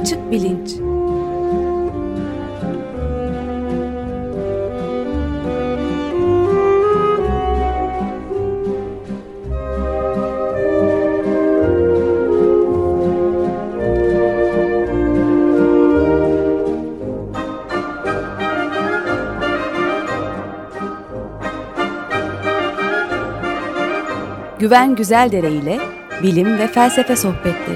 Açık bilinç. Güven Güzeldere ile bilim ve felsefe sohbetleri.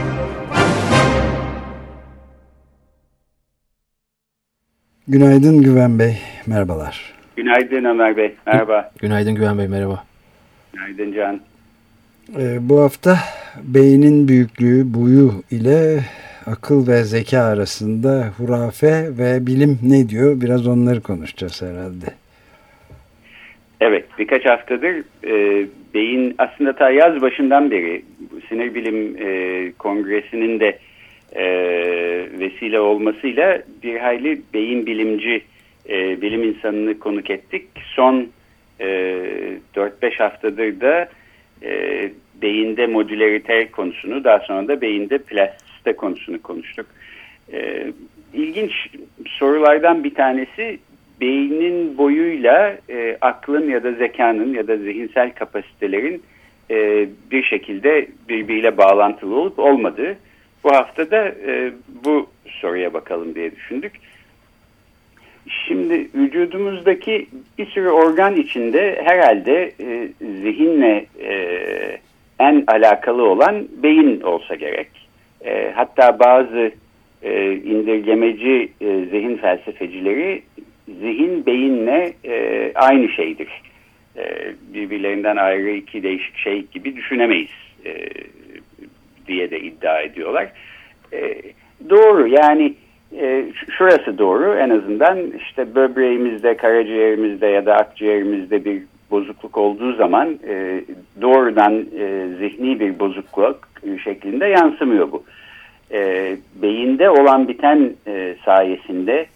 Günaydın Güven Bey, merhabalar. Günaydın Ömer Bey, merhaba. Günaydın Güven Bey, merhaba. Günaydın Can. Bu hafta beynin büyüklüğü, boyu ile akıl ve zeka arasında hurafe ve bilim ne diyor? Biraz onları konuşacağız herhalde. Evet, birkaç haftadır beyin aslında ta yaz başından beri sinir bilim kongresinin de vesile olmasıyla bir hayli beyin bilimci, bilim insanını konuk ettik. Son 4-5 haftadır da beyinde modülerite konusunu, daha sonra da beyinde plastisite konusunu konuştuk. İlginç sorulardan bir tanesi, beynin boyuyla aklın ya da zekanın ya da zihinsel kapasitelerin bir şekilde birbiriyle bağlantılı olup olmadığı. Bu hafta da bu soruya bakalım diye düşündük. Şimdi vücudumuzdaki bir sürü organ içinde herhalde zihinle en alakalı olan beyin olsa gerek. Hatta bazı indirgemeci zihin felsefecileri zihin beyinle aynı şeydir. Birbirlerinden ayrı iki değişik şey gibi düşünemeyiz diye de iddia ediyorlar. Doğru, yani şurası doğru, en azından işte böbreğimizde, karaciğerimizde ya da akciğerimizde bir bozukluk olduğu zaman doğrudan zihni bir bozukluk şeklinde yansımıyor bu. Beyinde olan biten sayesinde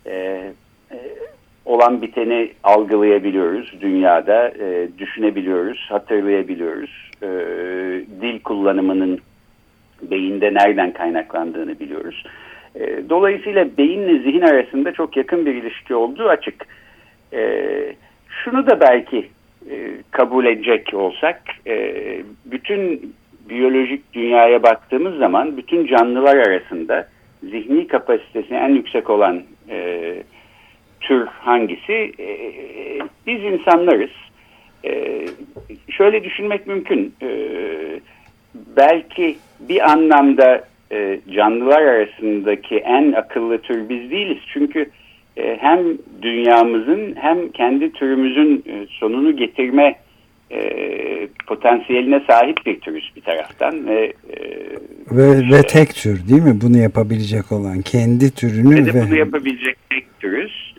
olan biteni algılayabiliyoruz dünyada, düşünebiliyoruz, hatırlayabiliyoruz. Dil kullanımının beyinde nereden kaynaklandığını biliyoruz. Dolayısıyla beyinle zihin arasında çok yakın bir ilişki olduğu açık. Şunu da belki kabul edecek olsak, bütün biyolojik dünyaya baktığımız zaman bütün canlılar arasında zihni kapasitesi en yüksek olan tür hangisi? Biz insanlarız. Şöyle düşünmek mümkün. Belki bir anlamda canlılar arasındaki en akıllı tür biz değiliz. Çünkü hem dünyamızın hem kendi türümüzün sonunu getirme potansiyeline sahip bir türüz bir taraftan. Ve tek tür değil mi? Bunu yapabilecek olan kendi türünü ve bunu yapabilecek tek türüz.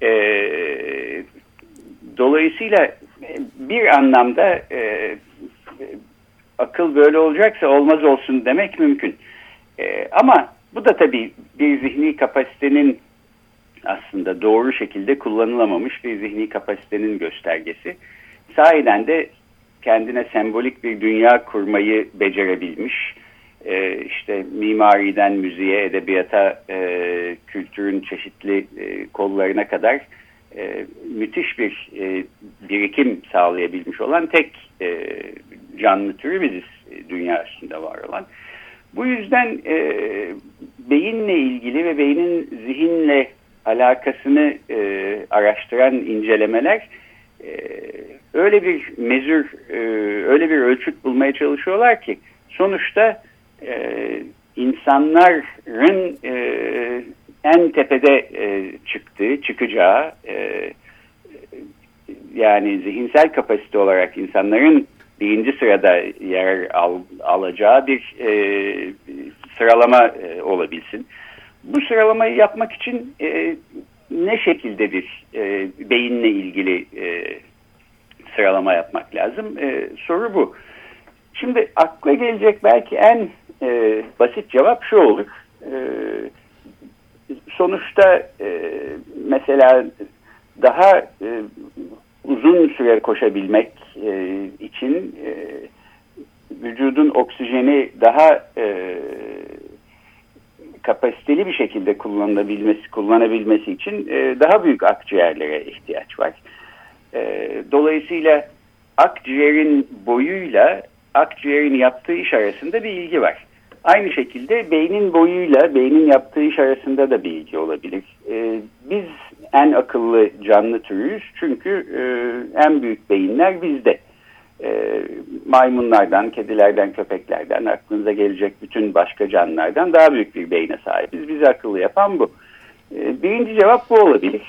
Dolayısıyla bir anlamda akıl böyle olacaksa olmaz olsun demek mümkün. Ama bu da tabii bir zihni kapasitenin aslında doğru şekilde kullanılamamış bir zihni kapasitenin göstergesi. Sahiden de kendine sembolik bir dünya kurmayı becerebilmiş. İşte mimariden müziğe, edebiyata, kültürün çeşitli kollarına kadar müthiş bir birikim sağlayabilmiş olan tek canlı türü biziz dünya üstünde var olan. Bu yüzden beyinle ilgili ve beynin zihinle alakasını araştıran incelemeler öyle bir mezür, öyle bir ölçüt bulmaya çalışıyorlar ki sonuçta insanların en tepede çıkacağı, yani zihinsel kapasite olarak insanların birinci sırada yer alacağı bir sıralama olabilsin. Bu sıralamayı yapmak için ne şekilde bir beyinle ilgili sıralama yapmak lazım? Soru bu. Şimdi akla gelecek belki en basit cevap şu olur. Sonuçta mesela daha uzun süre koşabilmek için vücudun oksijeni daha kapasiteli bir şekilde kullanabilmesi için daha büyük akciğerlere ihtiyaç var. Dolayısıyla akciğerin boyuyla akciğerin yaptığı iş arasında bir ilgi var. Aynı şekilde beynin boyuyla beynin yaptığı iş arasında da bir ilgi olabilir. Biz en akıllı canlı türüyüz çünkü en büyük beyinler bizde. Maymunlardan, kedilerden, köpeklerden, aklınıza gelecek bütün başka canlılardan daha büyük bir beyne sahibiz. Bizi akıllı yapan bu. Birinci cevap bu olabilir.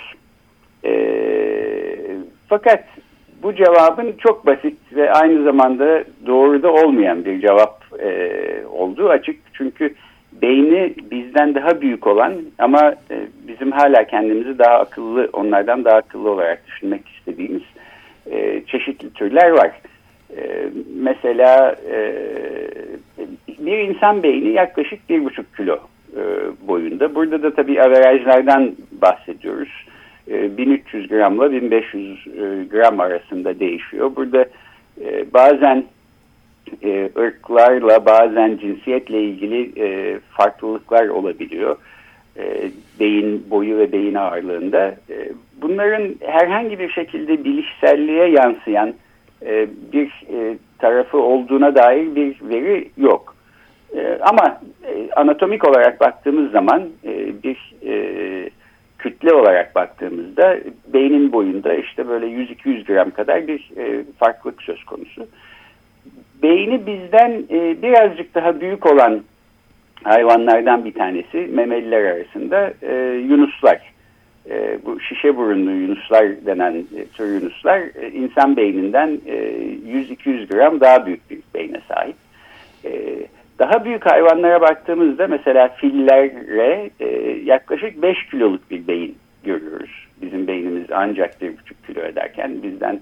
Fakat bu cevabın çok basit ve aynı zamanda doğru da olmayan bir cevap olduğu açık. Çünkü beyni bizden daha büyük olan ama bizim hala kendimizi daha akıllı, onlardan daha akıllı olarak düşünmek istediğimiz çeşitli türler var. Mesela bir insan beyni yaklaşık 1,5 kilo boyunda. Burada da tabii averajlardan bahsediyoruz. 1300 gramla 1500 gram arasında değişiyor. Burada bazen ırklarla, bazen cinsiyetle ilgili farklılıklar olabiliyor. Beyin boyu ve beyin ağırlığında. Bunların herhangi bir şekilde bilişselliğe yansıyan bir tarafı olduğuna dair bir veri yok. Ama anatomik olarak baktığımız zaman bir kütle olarak baktığımızda beynin boyunda işte böyle 100-200 gram kadar bir farklılık söz konusu. Beyni bizden birazcık daha büyük olan hayvanlardan bir tanesi memeliler arasında yunuslar. Bu şişe burunlu yunuslar denen tür yunuslar insan beyninden 100-200 gram daha büyük bir beyne sahip. Daha büyük hayvanlara baktığımızda mesela fillere yaklaşık 5 kiloluk bir beyin görüyoruz. Bizim beynimiz ancak 1,5 kilo ederken bizden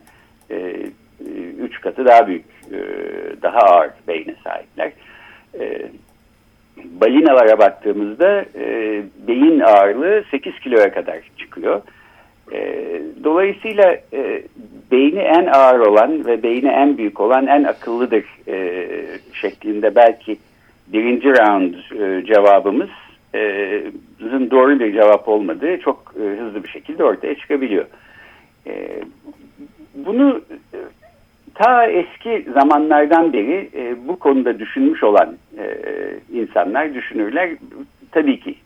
3 katı daha büyük, daha ağır beyne sahipler. Balinalara baktığımızda beyin ağırlığı 8 kiloya kadar çıkıyor. Dolayısıyla beyni en ağır olan ve beyni en büyük olan en akıllıdır şeklinde belki birinci round cevabımızın doğru bir cevap olmadığı çok hızlı bir şekilde ortaya çıkabiliyor. Bunu ta eski zamanlardan beri bu konuda düşünmüş olan insanlar, düşünürler tabii ki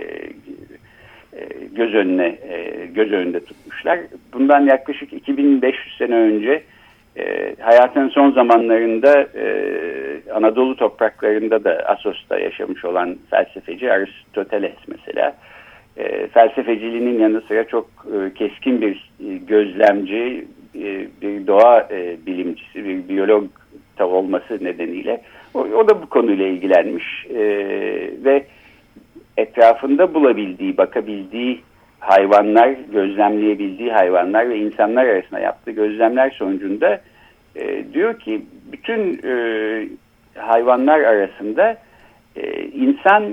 göz önünde tutmuşlar. Bundan yaklaşık 2500 sene önce hayatın son zamanlarında Anadolu topraklarında da Assos'ta yaşamış olan felsefeci Aristoteles mesela felsefeciliğinin yanı sıra çok keskin bir gözlemci, bir doğa bilimcisi, bir biyolog da olması nedeniyle o da bu konuyla ilgilenmiş ve etrafında bulabildiği, bakabildiği hayvanlar, gözlemleyebildiği hayvanlar ve insanlar arasında yaptığı gözlemler sonucunda diyor ki bütün hayvanlar arasında insan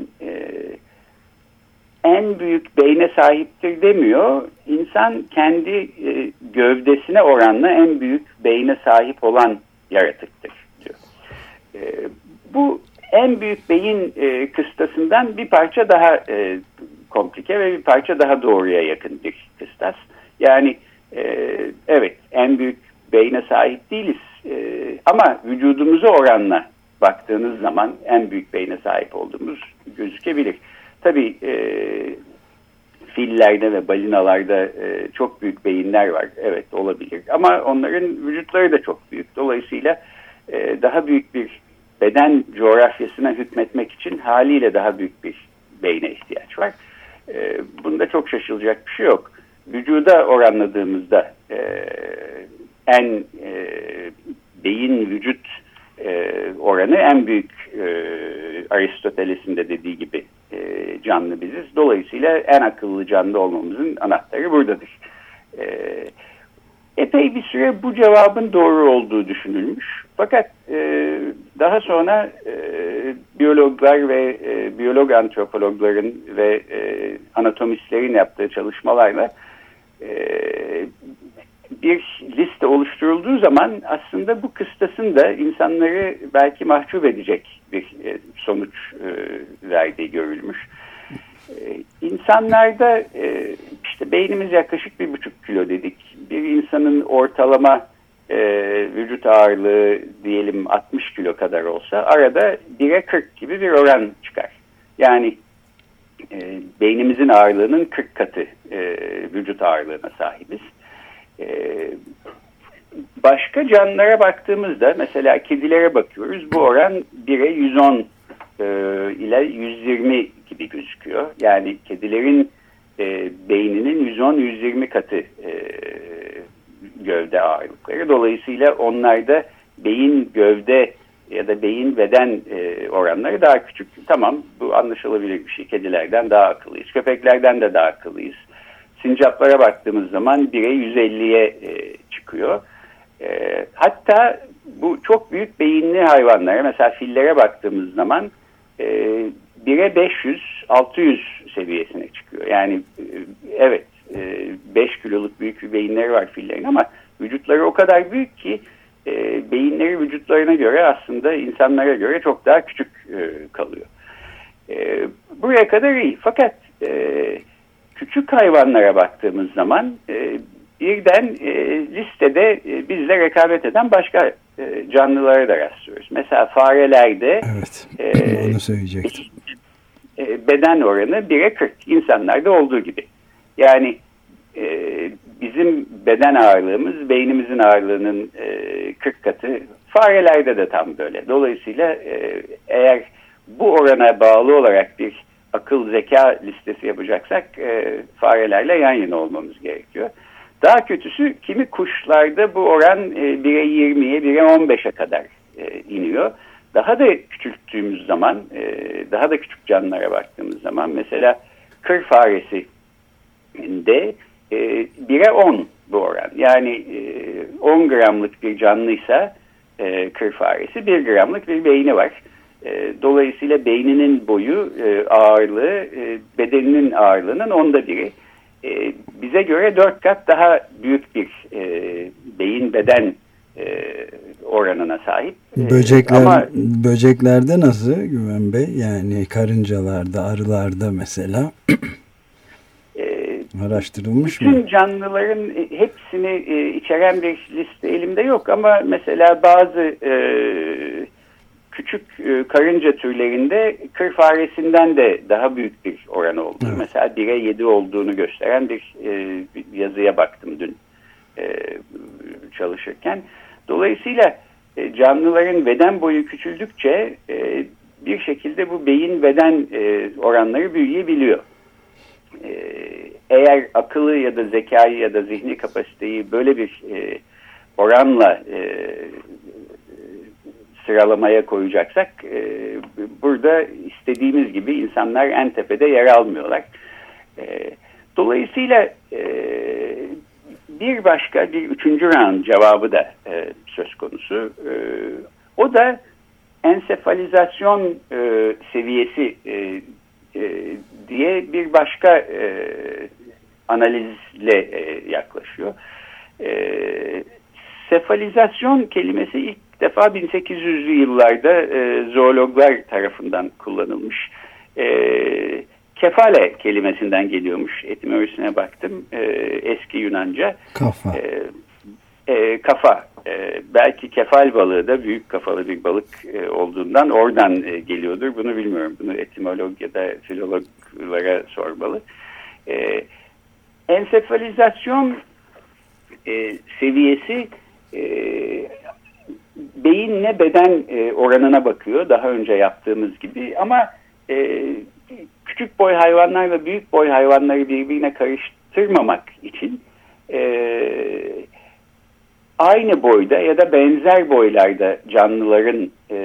en büyük beyne sahiptir demiyor. İnsan kendi gövdesine oranla en büyük beyne sahip olan yaratıktır diyor. Bu en büyük beyin kıstasından bir parça daha komplike ve bir parça daha doğruya yakın bir kıstas. Yani evet en büyük beyne sahip değiliz ama vücudumuza oranla baktığınız zaman en büyük beyne sahip olduğumuz gözükebilir. Tabii fillerde ve balinalarda çok büyük beyinler var. Evet olabilir ama onların vücutları da çok büyük. Dolayısıyla daha büyük bir beden coğrafyasına hükmetmek için haliyle daha büyük bir beyne ihtiyaç var. Bunda çok şaşılacak bir şey yok. Vücuda oranladığımızda en beyin vücut oranı en büyük Aristoteles'in de dediği gibi canlı biziz. Dolayısıyla en akıllı canlı olmamızın anahtarı buradadır. Epey bir süre bu cevabın doğru olduğu düşünülmüş. Fakat daha sonra biyologlar ve biyolog antropologların ve anatomistlerin yaptığı çalışmalarla bir liste oluşturulduğu zaman aslında bu kıstasın da insanları belki mahcup edecek bir sonuç verdiği görülmüş. İnsanlarda işte beynimiz yaklaşık 1,5 kilo dedik. Bir insanın ortalama vücut ağırlığı diyelim 60 kilo kadar olsa arada 1'e 40 gibi bir oran çıkar. Yani beynimizin ağırlığının 40 katı vücut ağırlığına sahibiz. Başka canlılara baktığımızda mesela kedilere bakıyoruz. Bu oran 1'e 110 ile 120 gibi gözüküyor. Yani kedilerin beyninin 110-120 katı gövde ağırlıkları. Dolayısıyla onlarda beyin gövde ya da beyin beden oranları daha küçük. Tamam, bu anlaşılabilir bir şey. Kedilerden daha akıllıyız. Köpeklerden de daha akıllıyız. Sincaplara baktığımız zaman 1'e 150'ye çıkıyor. Hatta bu çok büyük beyinli hayvanlara, mesela fillere baktığımız zaman 1'e 500-600 seviyesine çıkıyor. Yani evet 5 kiloluk büyük bir beyinleri var fillerin ama vücutları o kadar büyük ki beyinleri vücutlarına göre aslında insanlara göre çok daha küçük kalıyor. Buraya kadar iyi. Fakat küçük hayvanlara baktığımız zaman birden listede bizle rekabet eden başka canlılara da rastlıyoruz. Mesela farelerde evet, onu söyleyecektim. Beden oranı 1'e 40. İnsanlarda olduğu gibi. Yani bizim beden ağırlığımız beynimizin ağırlığının 40 katı. Farelerde de tam böyle. Dolayısıyla eğer bu orana bağlı olarak bir akıl zeka listesi yapacaksak farelerle yan yana olmamız gerekiyor. Daha kötüsü kimi kuşlarda bu oran 1'e 20'ye 1'e 15'e kadar iniyor. Daha da küçülttüğümüz zaman, daha da küçük canlılara baktığımız zaman mesela kır faresi de 1'e 10 bu oran. Yani 10 gramlık bir canlıysa kır faresi 1 gramlık bir beyni var. Dolayısıyla beyninin boyu, ağırlığı, bedeninin ağırlığının 1/10'i. Bize göre 4 kat daha büyük bir beyin beden oranına sahip. Böceklerde nasıl Güven Bey? Yani karıncalarda, arılarda mesela araştırılmış mı? Bütün canlıların hepsini içeren bir liste elimde yok ama mesela bazı küçük karınca türlerinde kır faresinden de daha büyük bir oran olduğu. Evet. Mesela 1'e 7 olduğunu gösteren bir yazıya baktım dün çalışırken. Dolayısıyla canlıların beden boyu küçüldükçe bir şekilde bu beyin beden oranları büyüyebiliyor. Eğer akıllı ya da zekayı ya da zihni kapasiteyi böyle bir oranla sıralamaya koyacaksak burada istediğimiz gibi insanlar en tepede yer almıyorlar. Dolayısıyla bir üçüncü round cevabı da söz konusu. O da ensefalizasyon seviyesi diye bir başka analizle yaklaşıyor. Sefalizasyon kelimesi ilk defa 1800'lü yıllarda zoologlar tarafından kullanılmış. Kefale kelimesinden geliyormuş. Etimolojisine baktım. Eski Yunanca. Kafa. Kafa. Belki kefal balığı da büyük kafalı bir balık olduğundan oradan geliyordur. Bunu bilmiyorum. Bunu etimolog ya da filologlara sormalı. Ensefalizasyon seviyesi beyinle beden oranına bakıyor. Daha önce yaptığımız gibi. Ama küçük boy hayvanlarla büyük boy hayvanları birbirine karıştırmamak için aynı boyda ya da benzer boylarda canlıların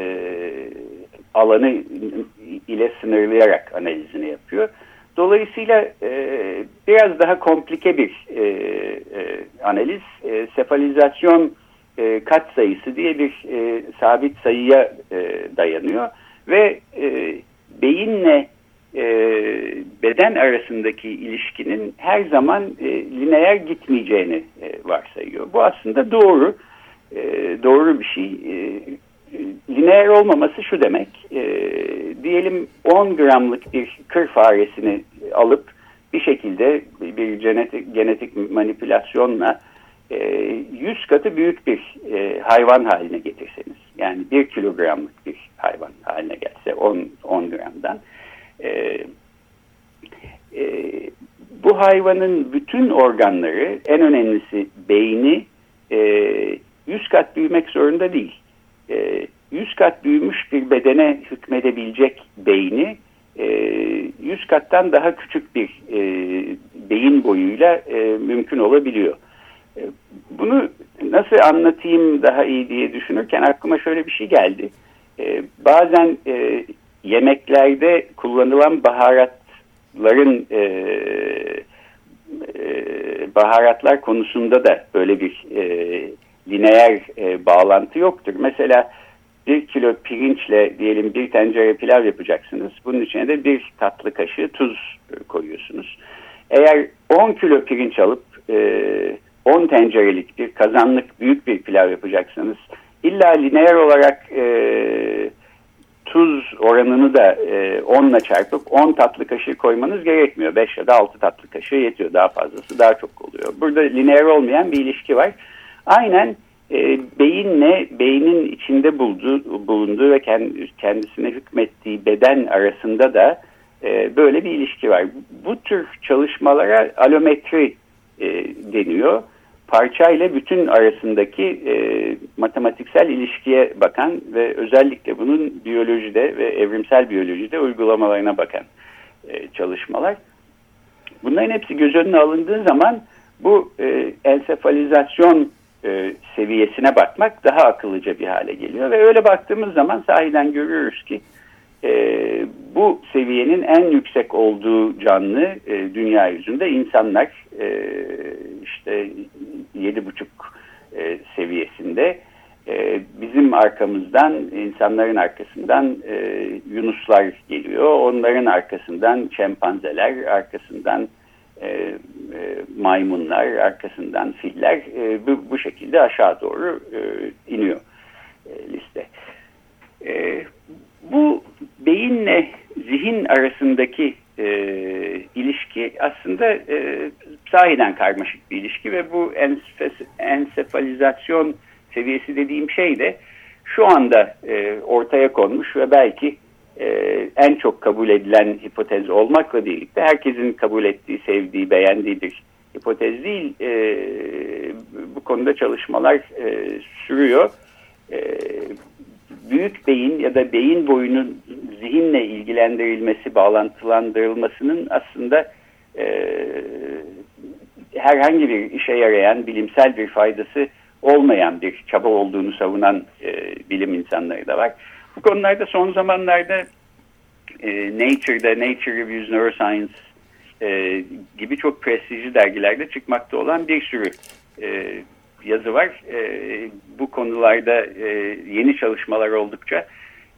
alanı ile sınırlayarak analizini yapıyor. Dolayısıyla biraz daha komplike bir analiz. Sefalizasyon katsayısı diye bir sabit sayıya dayanıyor ve beyinle beden arasındaki ilişkinin her zaman lineer gitmeyeceğini varsayıyor. Bu aslında doğru. Doğru bir şey. Lineer olmaması şu demek. Diyelim 10 gramlık bir kır faresini alıp bir şekilde bir genetik manipülasyonla 100 katı büyük bir hayvan haline getirseniz, yani 1 kilogramlık bir hayvan haline gelse 10 gramdan, bu hayvanın bütün organları, en önemlisi beyni 100 kat büyümek zorunda değil. 100 kat büyümüş bir bedene hükmedebilecek beyni 100 kattan daha küçük bir beyin boyuyla mümkün olabiliyor. Bunu nasıl anlatayım daha iyi diye düşünürken aklıma şöyle bir şey geldi. Bazen yemeklerde kullanılan baharatlar konusunda da böyle bir lineer bağlantı yoktur. Mesela 1 kilo pirinçle diyelim bir tencere pilav yapacaksınız. Bunun içine de 1 tatlı kaşığı tuz koyuyorsunuz. Eğer 10 kilo pirinç alıp 10 tencerelik bir kazanlık büyük bir pilav yapacaksanız illa lineer olarak tuz oranını da 10 ile çarpıp 10 tatlı kaşığı koymanız gerekmiyor. 5 ya da 6 tatlı kaşığı yetiyor. Daha fazlası daha çok oluyor. Burada lineer olmayan bir ilişki var. Aynen beyinle beynin içinde bulunduğu ve kendisine hükmettiği beden arasında da böyle bir ilişki var. Bu tür çalışmalara alometri deniyor. Parça ile bütün arasındaki matematiksel ilişkiye bakan ve özellikle bunun biyolojide ve evrimsel biyolojide uygulamalarına bakan çalışmalar. Bunların hepsi göz önüne alındığı zaman bu ensefalizasyon seviyesine bakmak daha akıllıca bir hale geliyor. Ve öyle baktığımız zaman sahiden görüyoruz ki bu seviyenin en yüksek olduğu canlı dünya yüzünde insanlar, işte 7,5 seviyesinde, bizim arkamızdan, insanların arkasından yunuslar geliyor. Onların arkasından şempanzeler, arkasından maymunlar, arkasından filler, bu şekilde aşağı doğru iniyor liste. Bu beyinle zihin arasındaki ilişki aslında sahiden karmaşık bir ilişki ve bu ensefalizasyon seviyesi dediğim şey de şu anda ortaya konmuş ve belki en çok kabul edilen hipotez olmakla birlikte herkesin kabul ettiği, sevdiği, beğendiği bir hipotez değil. Bu konuda çalışmalar sürüyor. Büyük beyin ya da beyin boyunun zihinle ilgilendirilmesi, bağlantılandırılmasının aslında herhangi bir işe yarayan, bilimsel bir faydası olmayan bir çaba olduğunu savunan bilim insanları da var. Bu konularda son zamanlarda Nature Reviews Neuroscience gibi çok prestijli dergilerde çıkmakta olan bir sürü yazı var. Bu konularda yeni çalışmalar oldukça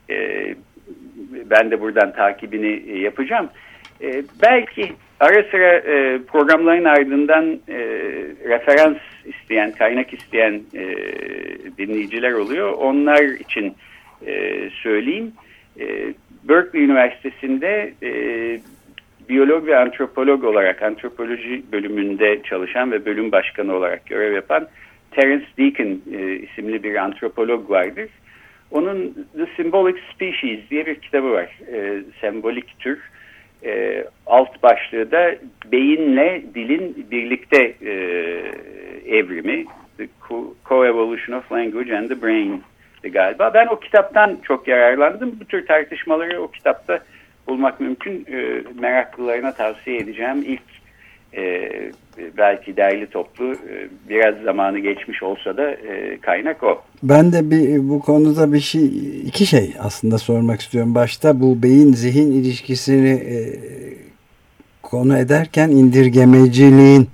ben de buradan takibini yapacağım. Belki ara sıra programların ardından referans isteyen, kaynak isteyen dinleyiciler oluyor. Onlar için söyleyeyim. Berkeley Üniversitesi'nde biyolog ve antropolog olarak antropoloji bölümünde çalışan ve bölüm başkanı olarak görev yapan Terence Deacon isimli bir antropolog vardır. Onun The Symbolic Species diye bir kitabı var. Sembolik tür. Alt başlığı da beyinle dilin birlikte evrimi. The Co-Evolution of Language and the Brain galiba. Ben o kitaptan çok yararlandım. Bu tür tartışmaları o kitapta bulmak mümkün. Meraklılarına tavsiye edeceğim. İlk belki derli toplu biraz zamanı geçmiş olsa da kaynak o. Ben de bu konuda iki şey aslında sormak istiyorum. Başta bu beyin zihin ilişkisini konu ederken indirgemeciliğin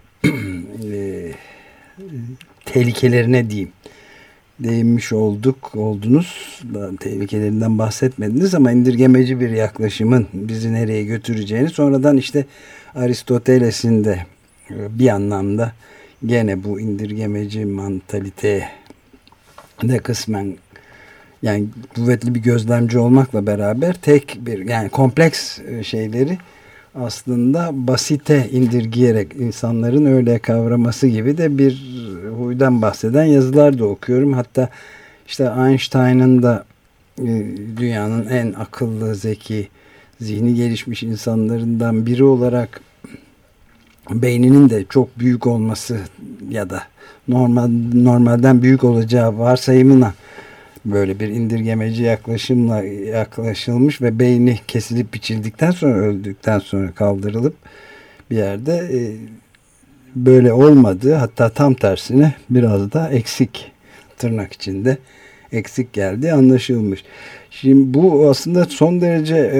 tehlikelerine değinmiş oldunuz. Tehlikelerinden bahsetmediniz ama indirgemeci bir yaklaşımın bizi nereye götüreceğini, sonradan işte Aristoteles'in de bir anlamda gene bu indirgemeci mantaliteye de kısmen, yani kuvvetli bir gözlemci olmakla beraber tek bir, yani kompleks şeyleri aslında basite indirgeyerek insanların öyle kavraması gibi de bir huydan bahseden yazılar da okuyorum. Hatta işte Einstein'ın da dünyanın en akıllı, zeki, zihni gelişmiş insanlarından biri olarak beyninin de çok büyük olması ya da normalden büyük olacağı varsayımına böyle bir indirgemeci yaklaşımla yaklaşılmış ve beyni kesilip biçildikten sonra, öldükten sonra kaldırılıp bir yerde böyle olmadığı, hatta tam tersine biraz da eksik, tırnak içinde eksik geldiği anlaşılmış. Şimdi bu aslında son derece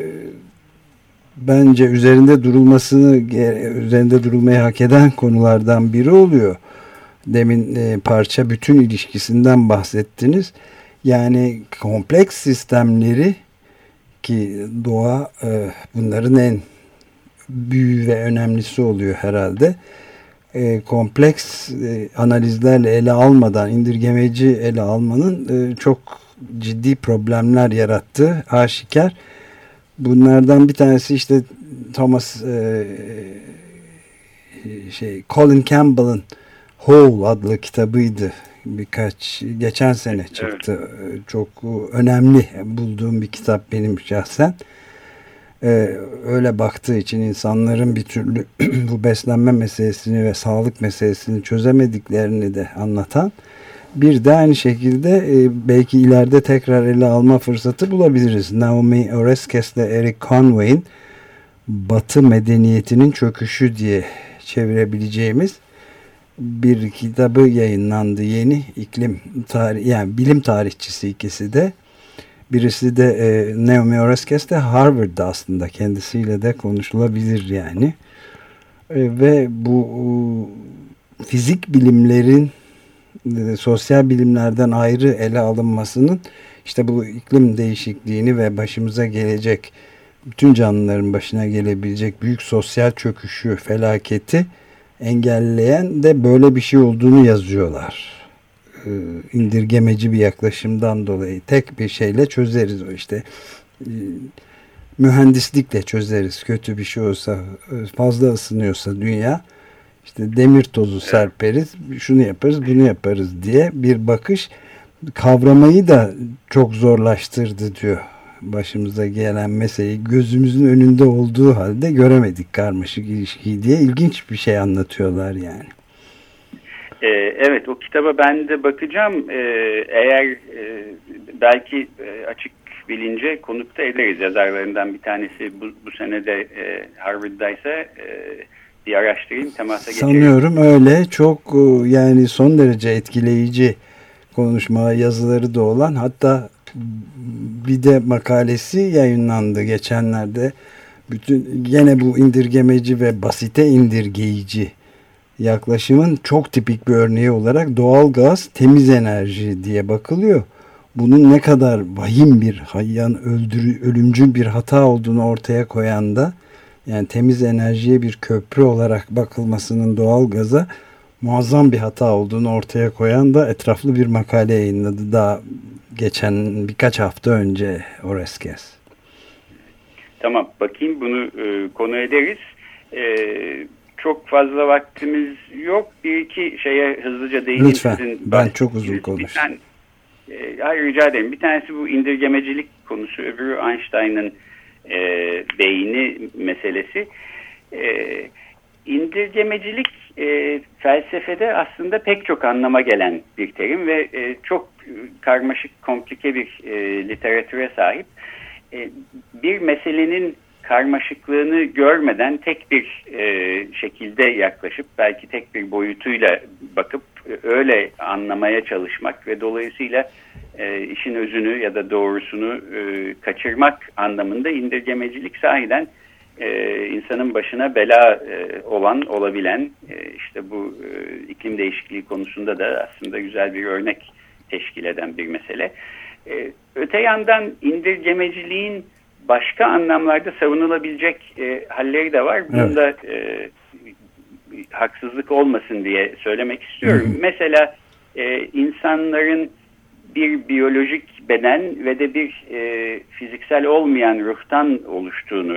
bence üzerinde durulmayı hak eden konulardan biri oluyor. Demin parça bütün ilişkisinden bahsettiniz. Yani kompleks sistemleri, ki doğa bunların en büyüğü ve önemlisi oluyor herhalde. Kompleks analizlerle ele almadan, indirgemeci ele almanın çok ciddi problemler yarattığı aşikar. Bunlardan bir tanesi işte Colin Campbell'ın Whole adlı kitabıydı. Geçen sene çıktı. Evet. Çok önemli bulduğum bir kitap benim şahsen. Öyle baktığı için insanların bir türlü bu beslenme meselesini ve sağlık meselesini çözemediklerini de anlatan, bir de aynı şekilde belki ileride tekrar ele alma fırsatı bulabiliriz. Naomi Oreskes ile Eric Conway'in Batı Medeniyetinin Çöküşü diye çevirebileceğimiz bir kitabı yayınlandı yeni. İklim tarihi, yani bilim tarihçisi ikisi de. Birisi de Naomi Oreskes de Harvard'da, aslında kendisiyle de konuşulabilir yani. Ve bu fizik bilimlerin sosyal bilimlerden ayrı ele alınmasının işte bu iklim değişikliğini ve başımıza gelecek, bütün canlıların başına gelebilecek büyük sosyal çöküşü, felaketi engelleyen de böyle bir şey olduğunu yazıyorlar. İndirgemeci bir yaklaşımdan dolayı tek bir şeyle çözeriz, o işte mühendislikle çözeriz. Kötü bir şey olsa, fazla ısınıyorsa dünya, işte demir tozu serperiz, şunu yaparız, bunu yaparız diye bir bakış kavramayı da çok zorlaştırdı diyor. Başımıza gelen meseleyi gözümüzün önünde olduğu halde göremedik karmaşık ilişkiyi diye ilginç bir şey anlatıyorlar yani. Evet, o kitaba ben de bakacağım. Eğer belki açık bilince konukta ederiz. Yazarlarından bir tanesi bu sene de Harvard'daysa bir araştırayım, temasa geçelim. Sanıyorum öyle. Çok yani son derece etkileyici konuşma yazıları da olan, hatta bir de makalesi yayınlandı geçenlerde. Gene bu indirgemeci ve basite indirgeyici yaklaşımın çok tipik bir örneği olarak doğal gaz, temiz enerji diye bakılıyor. Bunun ne kadar vahim bir, ölümcül bir hata olduğunu ortaya koyan da, yani temiz enerjiye bir köprü olarak bakılmasının doğal gaza muazzam bir hata olduğunu ortaya koyan da etraflı bir makale yayınladı daha geçen birkaç hafta önce Oreskes. Tamam, bakayım, bunu konu ederiz. Çok fazla vaktimiz yok. Bir iki şeye hızlıca değineyim. Lütfen. Ben çok uzun konuştum. Hayır, rica ederim. Bir tanesi bu indirgemecilik konusu. Öbürü Einstein'ın beyni meselesi. İndirgemecilik felsefede aslında pek çok anlama gelen bir terim ve çok karmaşık, komplike bir literatüre sahip. Bir meselenin karmaşıklığını görmeden tek bir şekilde yaklaşıp belki tek bir boyutuyla bakıp öyle anlamaya çalışmak ve dolayısıyla işin özünü ya da doğrusunu kaçırmak anlamında indirgemecilik sahiden insanın başına bela olabilen, işte bu iklim değişikliği konusunda da aslında güzel bir örnek teşkil eden bir mesele. Öte yandan indirgemeciliğin başka anlamlarda savunulabilecek halleri de var. Bunda haksızlık olmasın diye söylemek istiyorum. Mesela insanların bir biyolojik beden ve de bir fiziksel olmayan ruhtan oluştuğunu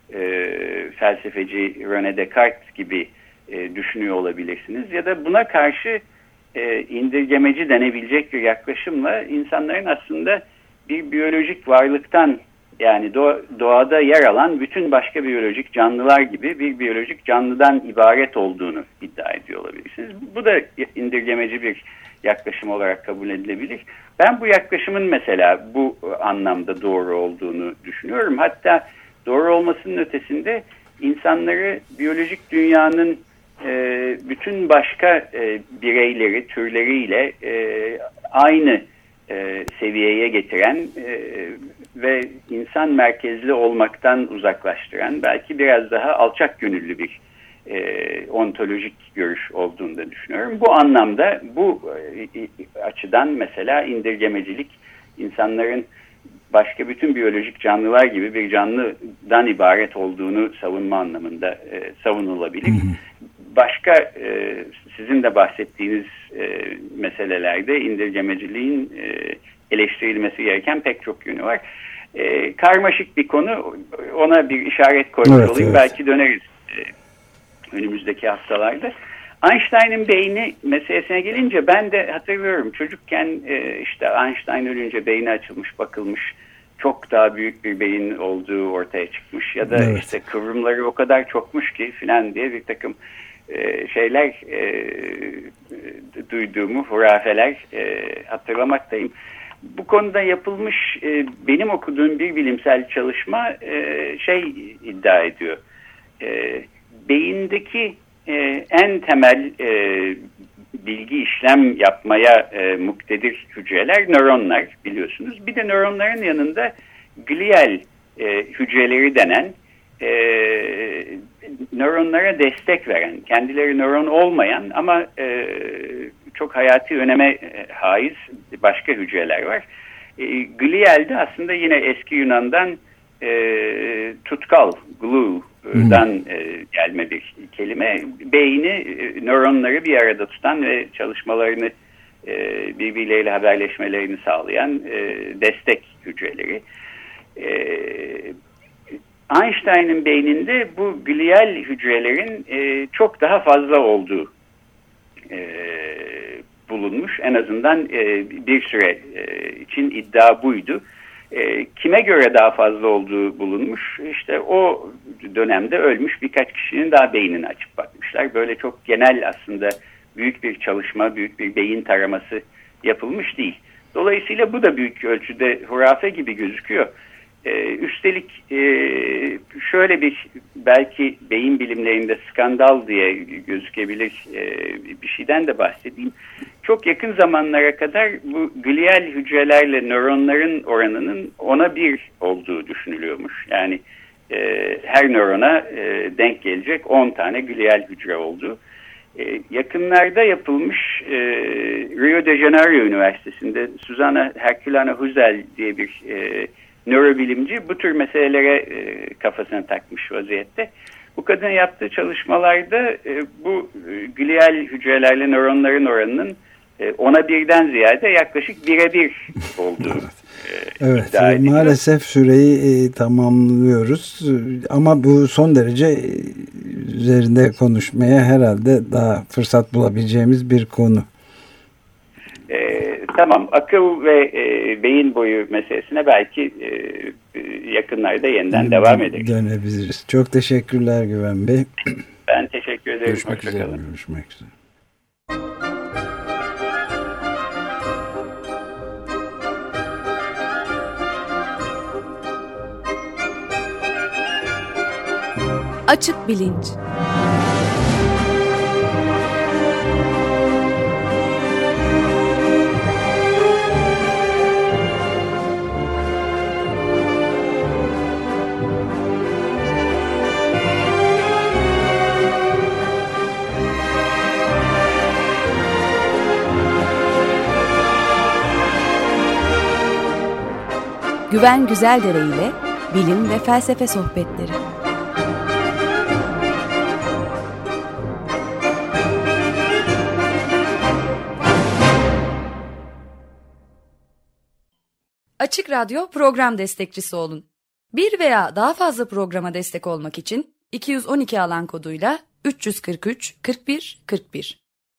felsefeci René Descartes gibi düşünüyor olabilirsiniz. Ya da buna karşı indirgemeci denebilecek bir yaklaşımla insanların aslında bir biyolojik varlıktan, yani doğada yer alan bütün başka biyolojik canlılar gibi bir biyolojik canlıdan ibaret olduğunu iddia ediyor olabilirsiniz. Bu da indirgemeci bir yaklaşım olarak kabul edilebilir. Ben bu yaklaşımın mesela bu anlamda doğru olduğunu düşünüyorum. Hatta doğru olmasının ötesinde insanları biyolojik dünyanın bütün başka bireyleri, türleriyle aynı seviyeye getiren ve insan merkezli olmaktan uzaklaştıran, belki biraz daha alçak gönüllü bir ontolojik görüş olduğunu da düşünüyorum. Bu anlamda, bu açıdan mesela indirgemecilik, insanların başka bütün biyolojik canlılar gibi bir canlıdan ibaret olduğunu savunma anlamında savunulabilir. Başka sizin de bahsettiğiniz meselelerde indirgemeciliğin eleştirilmesi gereken pek çok yönü var. Karmaşık bir konu, ona bir işaret koymuş olayım. Evet. Belki döneriz önümüzdeki haftalarda. Einstein'ın beyni meselesine gelince ben de hatırlıyorum çocukken işte Einstein ölünce beyni açılmış, bakılmış, çok daha büyük bir beyin olduğu ortaya çıkmış ya da işte kıvrımları o kadar çokmuş ki filan diye bir takım şeyler duyduğumu, hurafeler hatırlamaktayım. Bu konuda yapılmış benim okuduğum bir bilimsel çalışma iddia ediyor. Beyindeki en temel bilgi işlem yapmaya muktedir hücreler nöronlar, biliyorsunuz. Bir de nöronların yanında glial hücreleri denen nöronlara destek veren, kendileri nöron olmayan ama çok hayati öneme haiz başka hücreler var. Glial de aslında yine eski Yunan'dan tutkal, glue'dan gelme bir kelime. Beyni, nöronları bir arada tutan ve çalışmalarını birbirleriyle haberleşmelerini sağlayan destek hücreleri. Einstein'ın beyninde bu glial hücrelerin çok daha fazla olduğu bulunmuş. En azından bir süre için iddia buydu. Kime göre daha fazla olduğu bulunmuş. İşte o dönemde ölmüş birkaç kişinin daha beynini açıp bakmışlar. Böyle çok genel aslında büyük bir çalışma, büyük bir beyin taraması yapılmış değil. Dolayısıyla bu da büyük ölçüde hurafe gibi gözüküyor. Üstelik şöyle bir belki beyin bilimlerinde skandal diye gözükebilir bir şeyden de bahsedeyim. Çok yakın zamanlara kadar bu glial hücrelerle nöronların oranının 10'a 1 olduğu düşünülüyormuş. Yani her nörona denk gelecek 10 tane glial hücre olduğu. Yakınlarda yapılmış Rio de Janeiro Üniversitesi'nde Susanna Herculano Huzel diye bir nörobilimci bu tür meselelere kafasına takmış vaziyette. Bu kadın yaptığı çalışmalarda bu glial hücrelerle nöronların oranının 10'a 1'den ziyade yaklaşık 1'e 1 olduğu iddia ediliyor. Maalesef süreyi tamamlıyoruz ama bu son derece üzerinde konuşmaya herhalde daha fırsat bulabileceğimiz bir konu. Tamam, akıl ve beyin boyu meselesine belki yakınlarda yeniden devam ederiz. Dönebiliriz. Çok teşekkürler Güven Bey. Ben teşekkür ederim. Görüşmek üzere. Görüşmek üzere. Açık Bilinç. Güven Güzeldere ile bilim ve felsefe sohbetleri. Açık Radyo program destekçisi olun. Bir veya daha fazla programa destek olmak için 212 alan koduyla 343 41 41